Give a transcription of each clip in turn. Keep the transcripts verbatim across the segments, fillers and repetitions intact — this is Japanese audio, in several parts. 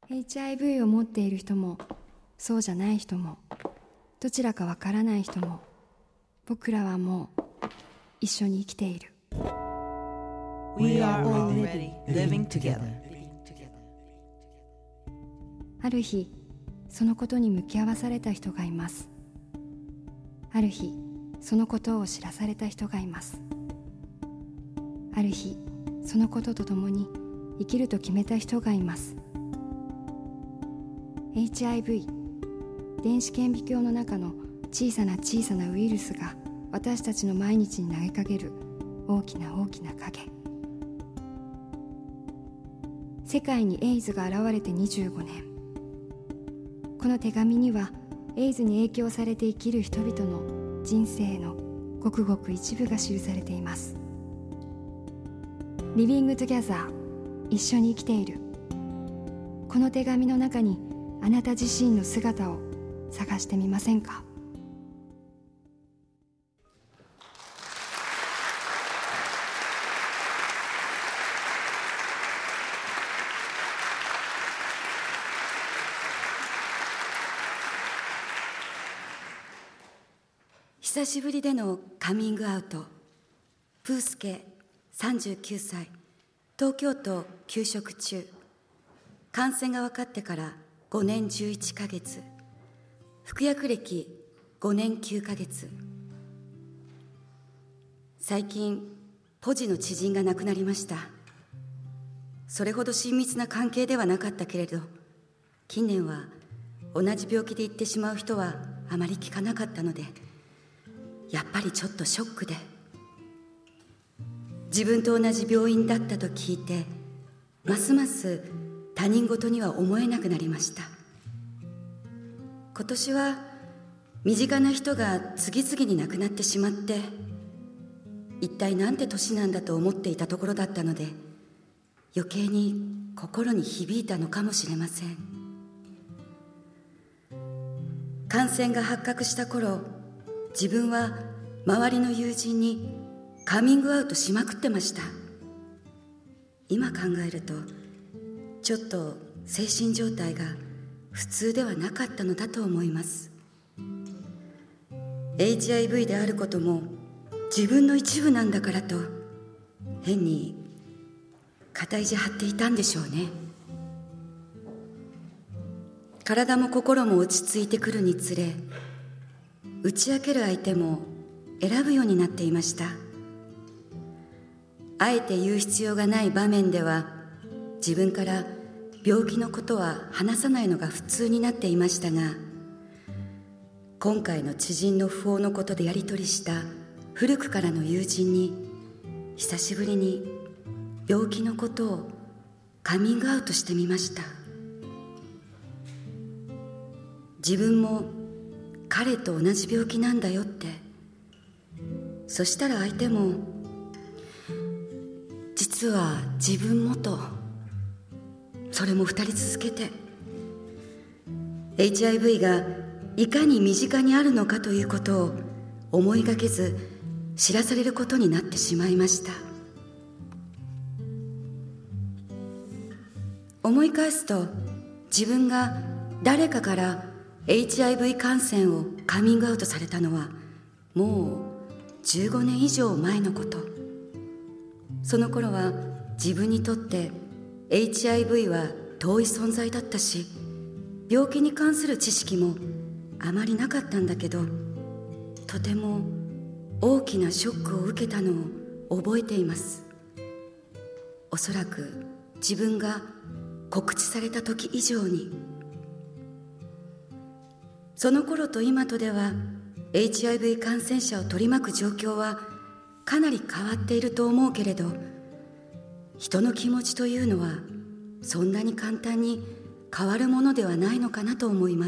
エイチアイブイ を持っている人もそうじゃない人もどちらかわからない人も、僕らはもう一緒に生きている。 We are already living together. ある日、そのことに向き合わされた人がいます。ある日、そのことを知らされた人がいます。ある日、そのことと共に生きると決めた人がいます。 エイチアイブイ、 電子顕微鏡の中の小さな小さなウイルスが私たちの毎日に投げかける大きな大きな影。世界にエイズが現れてにじゅうごねん。この手紙にはエイズに影響されて生きる人々の人生のごくごく一部が記されています。 Living Together、 一緒に生きている。この手紙の中にあなた自身の姿を探してみませんか？ 久しぶりでのカミングアウト。プースケさんじゅうきゅうさい、東京都休職中。感染が分かってからごねんじゅういっかげつ、服薬歴ごねんきゅうかげつ。最近ポジの知人が亡くなりました。それほど親密な関係ではなかったけれど、近年は同じ病気で行ってしまう人はあまり聞かなかったので、やっぱりちょっとショックで、自分と同じ病院だったと聞いて、ますます他人事には思えなくなりました。今年は身近な人が次々に亡くなってしまって、一体なんて年なんだと思っていたところだったので、余計に心に響いたのかもしれません。感染が発覚した頃、自分は周りの友人にカミングアウトしまくってました。今考えると、ちょっと精神状態が普通ではなかったのだと思います。 エイチアイブイ であることも自分の一部なんだからと、変に肩意地張っていたんでしょうね。体も心も落ち着いてくるにつれ、打ち明ける相手も選ぶようになっていました。あえて言う必要がない場面では、自分から病気のことは話さないのが普通になっていましたが、今回の知人の訃報のことでやり取りした古くからの友人に、久しぶりに病気のことをカミングアウトしてみました。自分も彼と同じ病気なんだよって。そしたら相手も、実は自分もと、それも二人続けて、 エイチアイブイ がいかに身近にあるのかということを思いがけず知らされることになってしまいました。思い返すと、自分が誰かから エイチアイブイ 感染をカミングアウトされたのはもうじゅうごねん以上前のこと。その頃は自分にとって エイチアイブイ は遠い存在だったし、病気に関する知識もあまりなかったんだけど、とても大きなショックを受けたのを覚えています。おそらく自分が告知された時以上に。その頃と今とでは エイチアイブイ 感染者を取り巻く状況はかなり変わっていると思うけれど、人の気持ちというのはそんなに簡単に変わるものではないのかなと思います。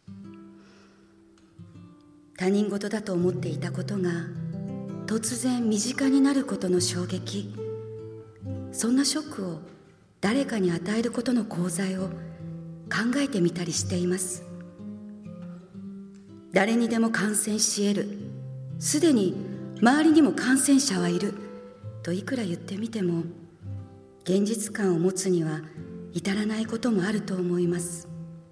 他人事だと思っていたことが突然身近になることの衝撃、そんなショックを誰かに与えることの功罪を考えてみたりしています。誰にでも感染し得る、すでに周りにも感染者はいるといくら言ってみても、現実感を持つには至らないこともあると思います。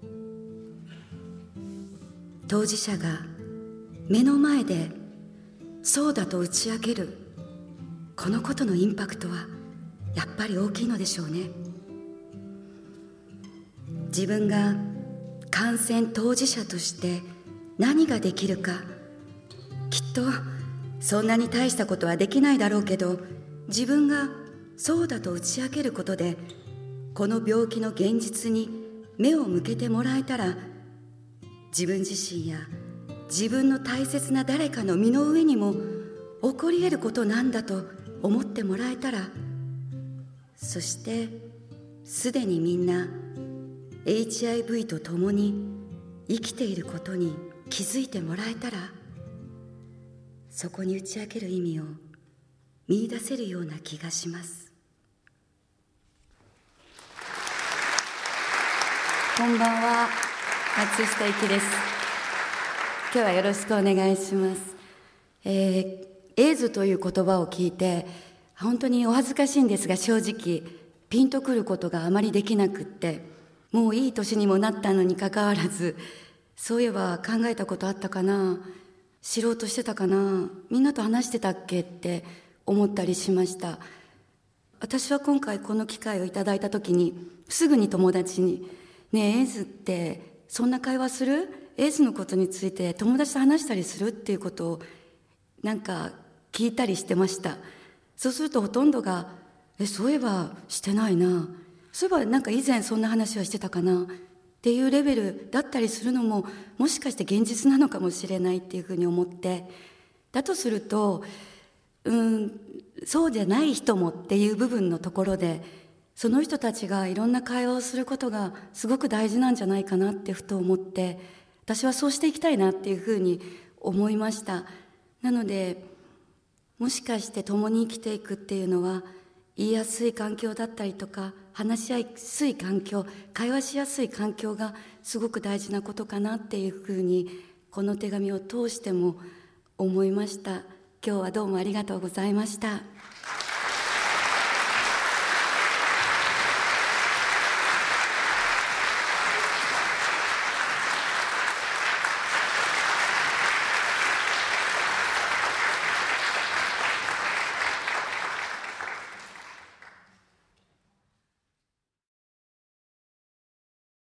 当事者が目の前でそうだと打ち明けるこのことのインパクトはやっぱり大きいのでしょうね。自分が感染当事者として何ができるか、きっとそんなに大したことはできないだろうけど、自分がそうだと打ち明けることでこの病気の現実に目を向けてもらえたら、自分自身や自分の大切な誰かの身の上にも起こり得ることなんだと思ってもらえたら、そしてすでにみんな エイチアイブイ と共に生きていることに気づいてもらえたら、そこに打ち明ける意味を見出せるような気がします。こんばんは、松下由紀です。今日はよろしくお願いします。えー、エイズという言葉を聞いて本当にお恥ずかしいんですが、正直ピンとくることがあまりできなくって、もういい年にもなったのにかかわらず、そういえば考えたことあったかな、知ろうとしてたかな、みんなと話してたっけって思ったりしました。私は今回この機会をいただいた時にすぐに友達に、ねえエイズってそんな会話する？エイズのことについて友達と話したりするっていうことをなんか聞いたりしてました。そうするとほとんどがえそういえばしてないな、そういえばなんか以前そんな話はしてたかなっていうレベルだったりするのも、もしかして現実なのかもしれないっていうふうに思って、だとするとうんそうじゃない人もっていう部分のところで、その人たちがいろんな会話をすることがすごく大事なんじゃないかなってふと思って、私はそうしていきたいなっていうふうに思いました。なのでもしかして共に生きていくっていうのは、言いやすい環境だったりとか、話しやすい環境、会話しやすい環境がすごく大事なことかなっていうふうに、この手紙を通しても思いました。今日はどうもありがとうございました。